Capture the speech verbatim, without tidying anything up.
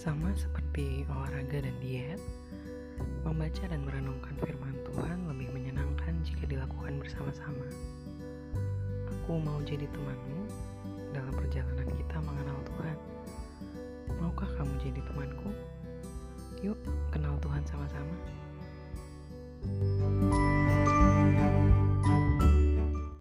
Sama seperti olahraga dan diet, membaca dan merenungkan firman Tuhan lebih menyenangkan jika dilakukan bersama-sama. Aku mau jadi temanmu dalam perjalanan kita mengenal Tuhan. Maukah kamu jadi temanku? Yuk, kenal Tuhan sama-sama.